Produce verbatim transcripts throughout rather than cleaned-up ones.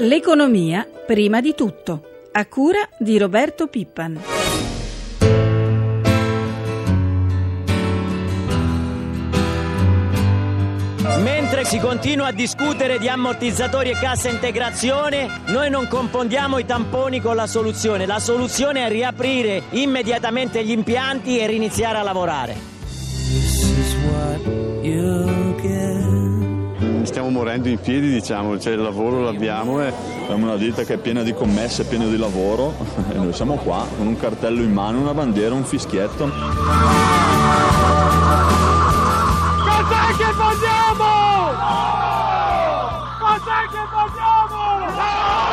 L'economia prima di tutto, a cura di Roberto Pippan. Mentre si continua a discutere di ammortizzatori e cassa integrazione, noi non confondiamo i tamponi con la soluzione. La soluzione è riaprire immediatamente gli impianti e riniziare a lavorare. Stiamo morendo in piedi, diciamo, cioè il lavoro l'abbiamo e abbiamo una ditta che è piena di commesse, piena di lavoro e noi siamo qua con un cartello in mano, una bandiera, un fischietto. Cos'è che vogliamo? Cos'è che vogliamo?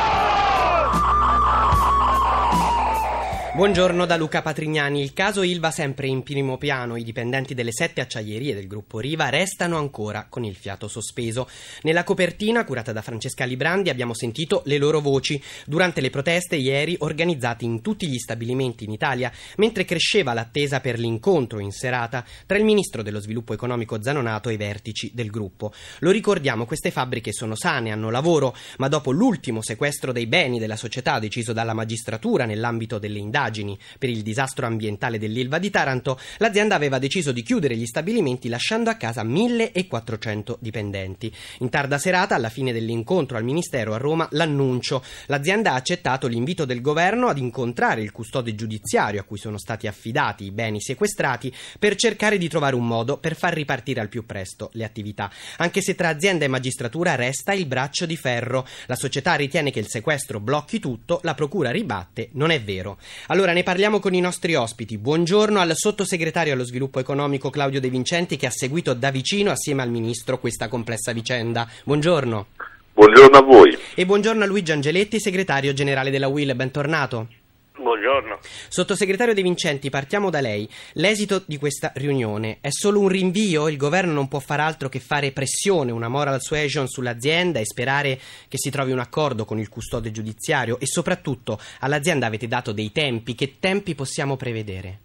Buongiorno da Luca Patrignani. Il caso Ilva sempre in primo piano. I dipendenti delle sette acciaierie del gruppo Riva restano ancora con il fiato sospeso. Nella copertina, curata da Francesca Librandi, abbiamo sentito le loro voci durante le proteste ieri organizzate in tutti gli stabilimenti in Italia, mentre cresceva l'attesa per l'incontro in serata tra il ministro dello sviluppo economico Zanonato e i vertici del gruppo. Lo ricordiamo, queste fabbriche sono sane, hanno lavoro, ma dopo l'ultimo sequestro dei beni della società deciso dalla magistratura nell'ambito delle indagini per il disastro ambientale dell'Ilva di Taranto, l'azienda aveva deciso di chiudere gli stabilimenti lasciando a casa millequattrocento dipendenti. In tarda serata, alla fine dell'incontro al Ministero a Roma, l'annuncio. L'azienda ha accettato l'invito del governo ad incontrare il custode giudiziario a cui sono stati affidati i beni sequestrati per cercare di trovare un modo per far ripartire al più presto le attività. Anche se tra azienda e magistratura resta il braccio di ferro. La società ritiene che il sequestro blocchi tutto, la procura ribatte: non è vero. Allora ne parliamo con i nostri ospiti. Buongiorno al sottosegretario allo sviluppo economico Claudio De Vincenti, che ha seguito da vicino assieme al ministro questa complessa vicenda. Buongiorno. Buongiorno a voi. E buongiorno a Luigi Angeletti, segretario generale della U I L. Bentornato. Buongiorno. Sottosegretario De Vincenti, partiamo da lei. L'esito di questa riunione è solo un rinvio? Il governo non può fare altro che fare pressione, una moral suasion sull'azienda e sperare che si trovi un accordo con il custode giudiziario? E soprattutto, all'azienda avete dato dei tempi? Che tempi possiamo prevedere?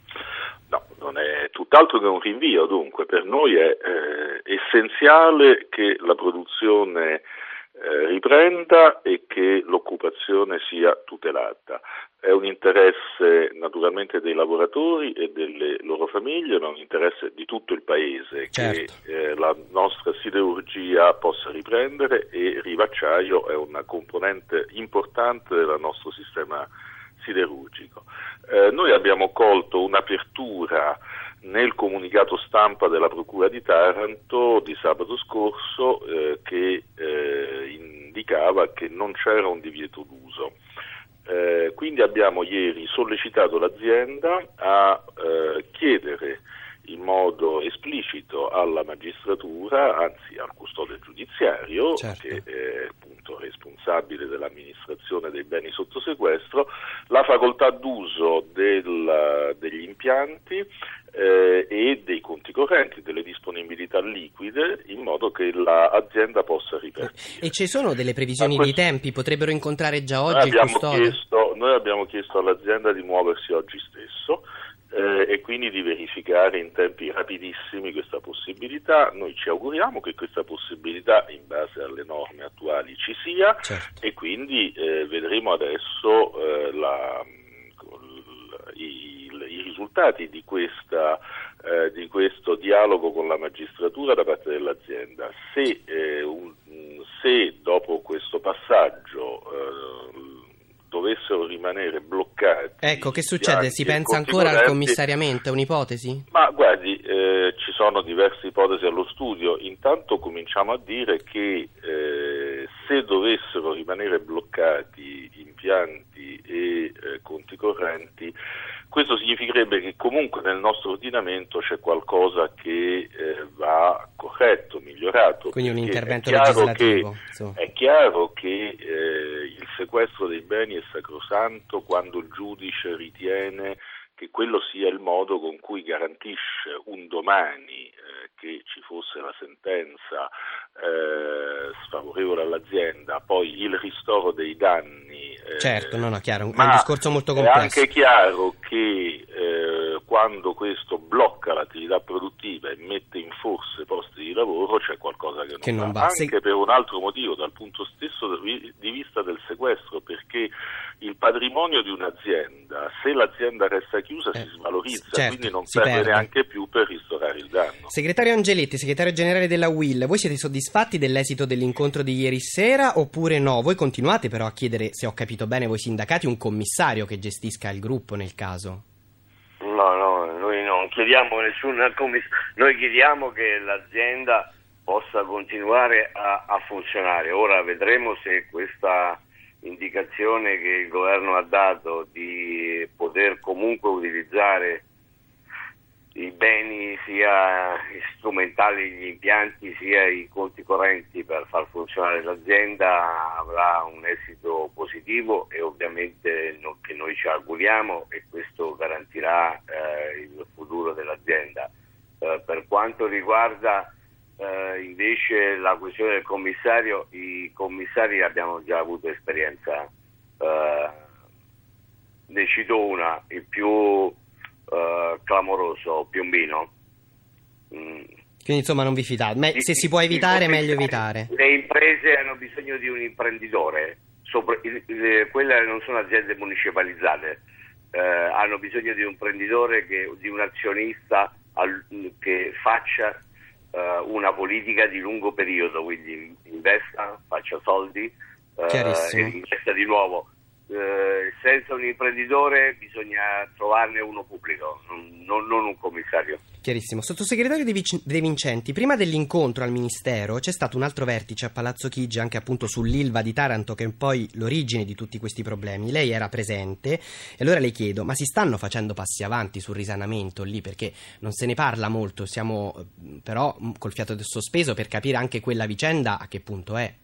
No, non è tutt'altro che un rinvio. Dunque, per noi è eh, essenziale che la produzione eh, riprenda e che l'occupazione sia tutelata. È un interesse naturalmente dei lavoratori e delle loro famiglie, ma un interesse di tutto il Paese, certo, che eh, la nostra siderurgia possa riprendere, e Riva Acciaio è una componente importante del nostro sistema siderurgico. Eh, noi abbiamo colto un'apertura nel comunicato stampa della Procura di Taranto di sabato scorso eh, che eh, indicava che non c'era un divieto d'uso. Eh, quindi abbiamo ieri sollecitato l'azienda a eh, chiedere in modo esplicito alla magistratura, anzi al custode giudiziario, certo, che è appunto responsabile dell'amministrazione dei beni sotto sequestro, la facoltà d'uso del, degli impianti eh, e dei conti correnti, delle disponibilità liquide, in modo che l'azienda possa ripartire. E ci sono delle previsioni questo, di tempi? Potrebbero incontrare già oggi il custode? Chiesto, noi abbiamo chiesto all'azienda di muoversi oggi stesso, Eh, e quindi di verificare in tempi rapidissimi questa possibilità. Noi ci auguriamo che questa possibilità, in base alle norme attuali, ci sia, certo, e quindi eh, vedremo adesso eh, la, i, i risultati di, questa, eh, di questo dialogo con la magistratura da parte dell'azienda. Se, eh, un, se dopo questo passaggio eh, dovessero rimanere bloccati. Ecco, che succede? Si pensa ancora al commissariamento? È un'ipotesi? Ma guardi, eh, ci sono diverse ipotesi allo studio. Intanto cominciamo a dire che eh, se dovessero rimanere bloccati impianti e eh, conti correnti, questo significherebbe che comunque nel nostro ordinamento c'è qualcosa che eh, va corretto, migliorato. Quindi un intervento è legislativo. Che, è chiaro che eh, il sequestro dei beni è sacrosanto quando il giudice ritiene che quello sia il modo con cui garantisce un domani eh, che ci fosse la sentenza eh, sfavorevole all'azienda, poi il ristoro dei danni. Eh, certo, no, no, chiaro, è un discorso molto complesso. È anche chiaro che eh, quando quando questo blocca l'attività produttiva e mette in forse posti di lavoro c'è qualcosa che non, che non va. va. Anche Se... per un altro motivo, dal punto stesso di vista del sequestro, perché il patrimonio di un'azienda, se l'azienda resta chiusa, eh, si svalorizza, certo, quindi non serve serve neanche più per ristorare il danno. Segretario Angeletti, segretario generale della U I L, voi siete soddisfatti dell'esito dell'incontro di ieri sera oppure no? Voi continuate però a chiedere, se ho capito bene, voi sindacati, un commissario che gestisca il gruppo nel caso? No, no, noi non chiediamo nessuna commissione, noi chiediamo che l'azienda possa continuare a, a funzionare. Ora vedremo se questa indicazione che il governo ha dato di poter comunque utilizzare i beni sia strumentali, gli impianti, sia i conti correnti per far funzionare l'azienda avrà un esito positivo e ovviamente no, che noi ci auguriamo, e questo garantirà eh, il futuro dell'azienda. Eh, per quanto riguarda eh, invece la questione del commissario, i commissari abbiamo già avuto esperienza. Eh, ne cito una, il più Uh, clamoroso, Piombino. Mm. Quindi insomma non vi fidate, Ma se si può evitare meglio evitare. Le imprese hanno bisogno di un imprenditore, sopra, il, il, quelle non sono aziende municipalizzate, uh, hanno bisogno di un imprenditore, che, di un azionista al, che faccia uh, una politica di lungo periodo, quindi investa, faccia soldi uh, e investa di nuovo. Eh, senza un imprenditore bisogna trovarne uno pubblico, non, non, non un commissario. Chiarissimo. Sottosegretario De, Vic- De Vincenti, prima dell'incontro al Ministero c'è stato un altro vertice a Palazzo Chigi anche appunto sull'Ilva di Taranto, che è poi l'origine di tutti questi problemi. Lei era presente e allora le chiedo, ma si stanno facendo passi avanti sul risanamento lì? Perché non se ne parla molto, siamo però col fiato sospeso per capire anche quella vicenda a che punto è.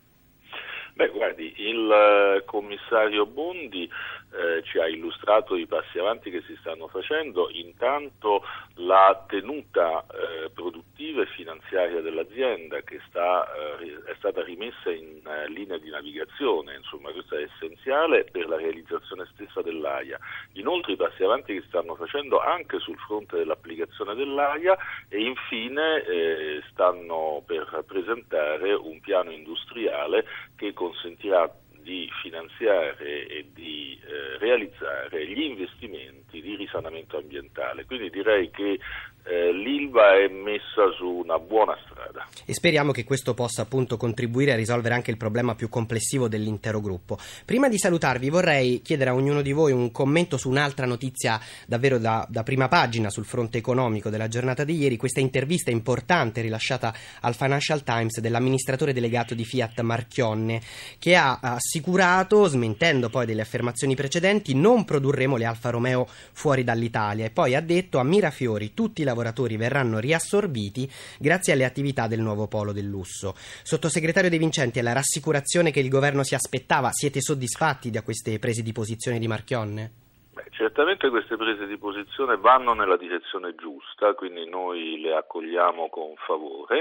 Beh, guardi, il commissario Bondi eh, ci ha illustrato i passi avanti che si stanno facendo. Intanto la tenuta eh, produttiva e finanziaria dell'azienda, che sta, eh, è stata rimessa in eh, linea di navigazione, insomma questo è essenziale per la realizzazione stessa dell'A I A. Inoltre i passi avanti che stanno facendo anche sul fronte dell'applicazione dell'A I A, e infine eh, stanno per presentare un piano industriale che consentirà di finanziare e di eh, realizzare gli investimenti di risanamento ambientale. Quindi direi che eh, l'Ilva è messa su una buona strada. E speriamo che questo possa appunto contribuire a risolvere anche il problema più complessivo dell'intero gruppo. Prima di salutarvi vorrei chiedere a ognuno di voi un commento su un'altra notizia davvero da, da prima pagina sul fronte economico della giornata di ieri, questa intervista importante rilasciata al Financial Times dell'amministratore delegato di Fiat Marchionne, che ha assicurato, smentendo poi delle affermazioni precedenti, non produrremo le Alfa Romeo fuori dall'Italia, e poi ha detto a Mirafiori tutti i lavoratori verranno riassorbiti grazie alle attività del nuovo polo del lusso. Sottosegretario De Vincenti, è la rassicurazione che il governo si aspettava? Siete soddisfatti da queste prese di posizione di Marchionne? Beh, certamente queste prese di posizione vanno nella direzione giusta, quindi noi le accogliamo con favore.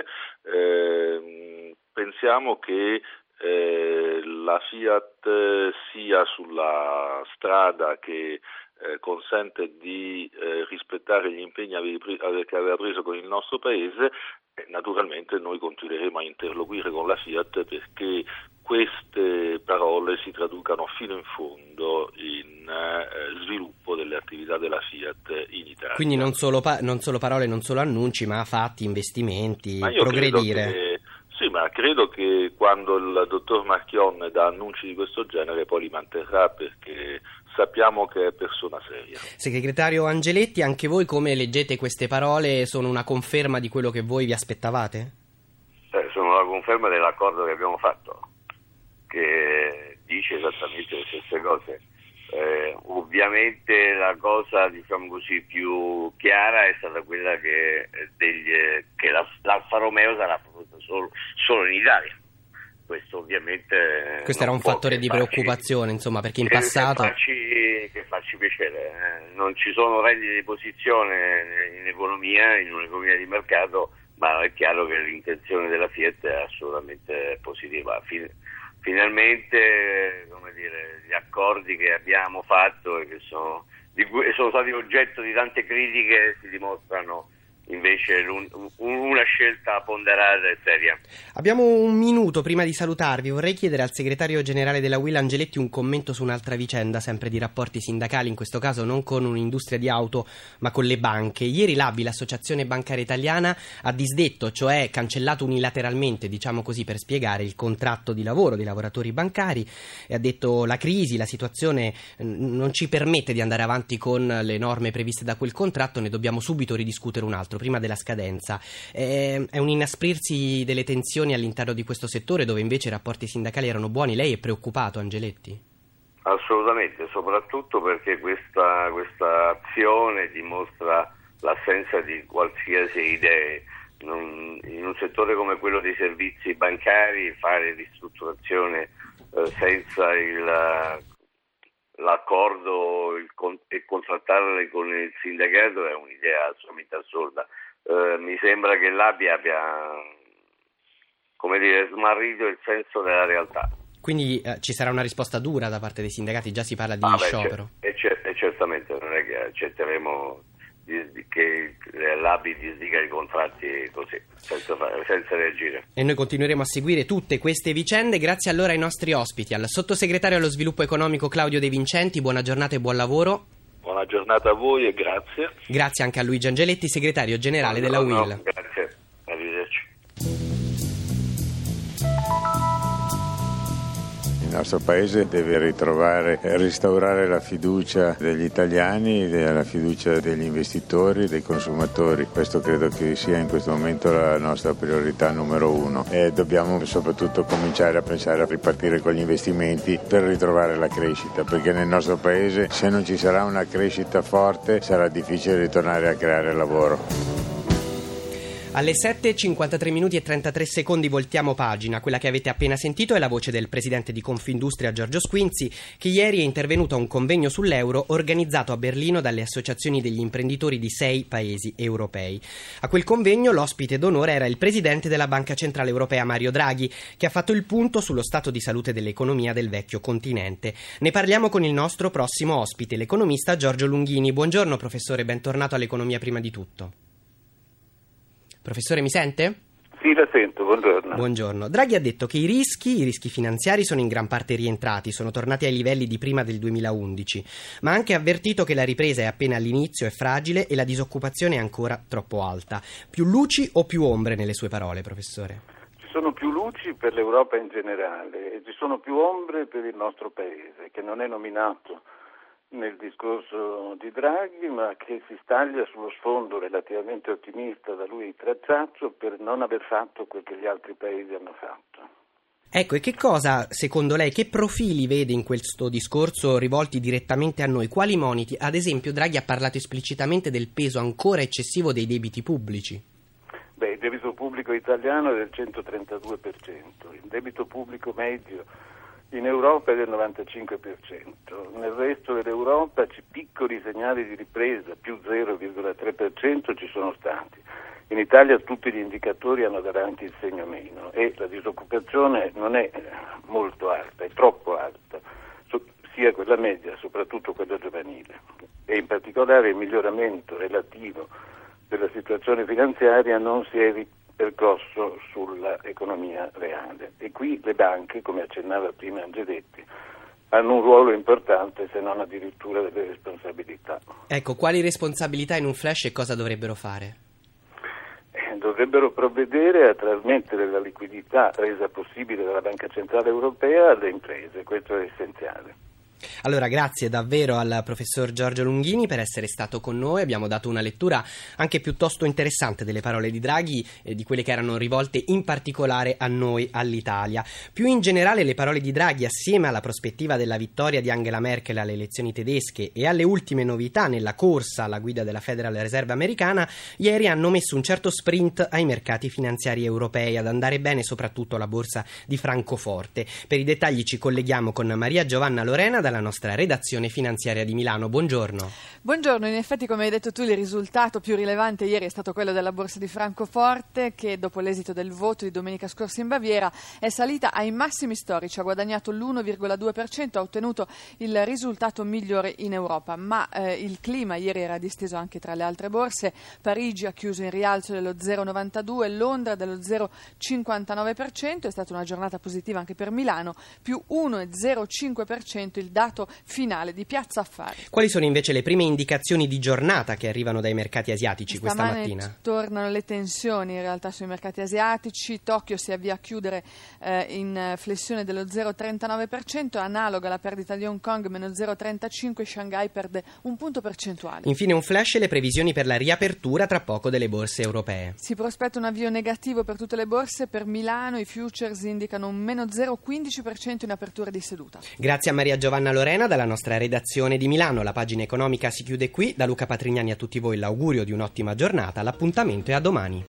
Eh, pensiamo che eh, la Fiat sia sulla strada che Eh, consente di eh, rispettare gli impegni che aveva preso con il nostro paese. E naturalmente noi continueremo a interloquire con la Fiat perché queste parole si traducano fino in fondo in eh, sviluppo delle attività della Fiat in Italia. Quindi non solo, pa- non solo parole, non solo annunci, ma fatti, investimenti, ma io progredire. Credo che, sì, ma credo che quando il dottor Marchionne dà annunci di questo genere poi li manterrà, perché sappiamo che è persona seria. Segretario Angeletti, anche voi come leggete queste parole? Sono una conferma di quello che voi vi aspettavate? Eh, sono la conferma dell'accordo che abbiamo fatto, che dice esattamente le stesse cose. Eh, ovviamente la cosa, diciamo così, più chiara è stata quella che, degli, che la, l'Alfa Romeo sarà prodotta solo, solo in Italia. Questo ovviamente questo era un fattore di farci, preoccupazione, insomma, perché in passato che farci, che farci piacere, eh. Non ci sono rendite di posizione in economia, in un'economia di mercato, ma è chiaro che l'intenzione della Fiat è assolutamente positiva. Fin, finalmente, come dire, gli accordi che abbiamo fatto e che sono di cui sono stati oggetto di tante critiche, si dimostrano invece un, una scelta ponderata e seria. Abbiamo un minuto prima di salutarvi. Vorrei chiedere al segretario generale della U I L Angeletti un commento su un'altra vicenda, sempre di rapporti sindacali, in questo caso non con un'industria di auto ma con le banche. Ieri l'A B I, l'Associazione Bancaria Italiana, ha disdetto, cioè cancellato unilateralmente, diciamo così per spiegare, il contratto di lavoro dei lavoratori bancari e ha detto la crisi, la situazione non ci permette di andare avanti con le norme previste da quel contratto, ne dobbiamo subito ridiscutere un altro prima della scadenza. Eh, è un inasprirsi delle tensioni all'interno di questo settore dove invece i rapporti sindacali erano buoni. Lei è preoccupato, Angeletti? Assolutamente, soprattutto perché questa, questa azione dimostra l'assenza di qualsiasi idee. Non, in un settore come quello dei servizi bancari fare ristrutturazione eh, senza il, l'accordo il con, e contrattarle con il sindacato è un'idea assolutamente assurda. Eh, mi sembra che l'A B I abbia, come dire, smarrito il senso della realtà. Quindi eh, ci sarà una risposta dura da parte dei sindacati, già si parla di ah, sciopero. Beh, c- e, c- e certamente non è che accetteremo di, di, che l'A B I disdica i contratti così, senza, fare, senza reagire. E noi continueremo a seguire tutte queste vicende. Grazie allora ai nostri ospiti, al sottosegretario allo sviluppo economico Claudio De Vincenti, buona giornata e buon lavoro. Buona giornata a voi e grazie. Grazie anche a Luigi Angeletti, segretario generale della U I L. No, grazie, arrivederci. Il nostro Paese deve ritrovare e restaurare la fiducia degli italiani, la fiducia degli investitori, dei consumatori. Questo credo che sia in questo momento la nostra priorità numero uno e dobbiamo soprattutto cominciare a pensare a ripartire con gli investimenti per ritrovare la crescita, perché nel nostro Paese se non ci sarà una crescita forte sarà difficile ritornare a creare lavoro. Alle sette e cinquantatré minuti e trentatré secondi voltiamo pagina. Quella che avete appena sentito è la voce del presidente di Confindustria Giorgio Squinzi, che ieri è intervenuto a un convegno sull'euro organizzato a Berlino dalle associazioni degli imprenditori di sei paesi europei. A quel convegno l'ospite d'onore era il presidente della Banca Centrale Europea Mario Draghi, che ha fatto il punto sullo stato di salute dell'economia del vecchio continente. Ne parliamo con il nostro prossimo ospite, l'economista Giorgio Lunghini. Buongiorno professore, bentornato all'Economia prima di tutto. Professore, mi sente? Sì, la sento, buongiorno. Buongiorno. Draghi ha detto che i rischi, i rischi finanziari sono in gran parte rientrati, sono tornati ai livelli di prima del duemilaundici, ma ha anche avvertito che la ripresa è appena all'inizio, è fragile e la disoccupazione è ancora troppo alta. Più luci o più ombre nelle sue parole, professore? Ci sono più luci per l'Europa in generale e ci sono più ombre per il nostro Paese, che non è nominato nel discorso di Draghi, ma che si staglia sullo sfondo relativamente ottimista da lui tracciato per non aver fatto quel che gli altri paesi hanno fatto. Ecco, e che cosa, secondo lei, che profili vede in questo discorso rivolti direttamente a noi? Quali moniti? Ad esempio, Draghi ha parlato esplicitamente del peso ancora eccessivo dei debiti pubblici. Beh, il debito pubblico italiano è del centotrentadue per cento, il debito pubblico medio in Europa è del novantacinque per cento, nel resto dell'Europa c'è piccoli segnali di ripresa, più zero virgola tre per cento ci sono stati. In Italia tutti gli indicatori hanno davanti il segno meno e la disoccupazione non è molto alta, è troppo alta, sia quella media, soprattutto quella giovanile. E in particolare il miglioramento relativo della situazione finanziaria non si è percorso sull'economia reale e qui le banche, come accennava prima Angeletti, hanno un ruolo importante, se non addirittura delle responsabilità. Ecco, quali responsabilità in un flash e cosa dovrebbero fare? Eh, dovrebbero provvedere a trasmettere la liquidità resa possibile dalla Banca Centrale Europea alle imprese, questo è essenziale. Allora, grazie davvero al professor Giorgio Lunghini per essere stato con noi. Abbiamo dato una lettura anche piuttosto interessante delle parole di Draghi e di quelle che erano rivolte in particolare a noi, all'Italia. Più in generale le parole di Draghi, assieme alla prospettiva della vittoria di Angela Merkel alle elezioni tedesche e alle ultime novità nella corsa alla guida della Federal Reserve americana, ieri hanno messo un certo sprint ai mercati finanziari europei, ad andare bene soprattutto la borsa di Francoforte. Per i dettagli ci colleghiamo con Maria Giovanna Lorena dalla nostra redazione finanziaria di Milano. Buongiorno. Buongiorno, in effetti come hai detto tu il risultato più rilevante ieri è stato quello della Borsa di Francoforte, che dopo l'esito del voto di domenica scorsa in Baviera è salita ai massimi storici, ha guadagnato l'uno virgola due per cento, ha ottenuto il risultato migliore in Europa, ma eh, il clima ieri era disteso anche tra le altre borse. Parigi ha chiuso in rialzo dello zero virgola novantadue, Londra dello zero virgola cinquantanove per cento, è stata una giornata positiva anche per Milano, più uno virgola zero cinque per cento il dato finale di Piazza Affari. Quali sono invece le prime indicazioni di giornata che arrivano dai mercati asiatici Stamane questa mattina? Tornano le tensioni in realtà sui mercati asiatici. Tokyo si avvia a chiudere eh, in flessione dello zero virgola trentanove per cento, analoga la perdita di Hong Kong, meno zero virgola trentacinque, Shanghai perde un punto percentuale. Infine un flash e le previsioni per la riapertura tra poco delle borse europee. Si prospetta un avvio negativo per tutte le borse. Per Milano i futures indicano un meno zero virgola quindici per cento in apertura di seduta. Grazie a Maria Giovanna Lorena dalla nostra redazione di Milano. La pagina economica si chiude qui. Da Luca Patrignani a tutti voi l'augurio di un'ottima giornata. L'appuntamento è a domani.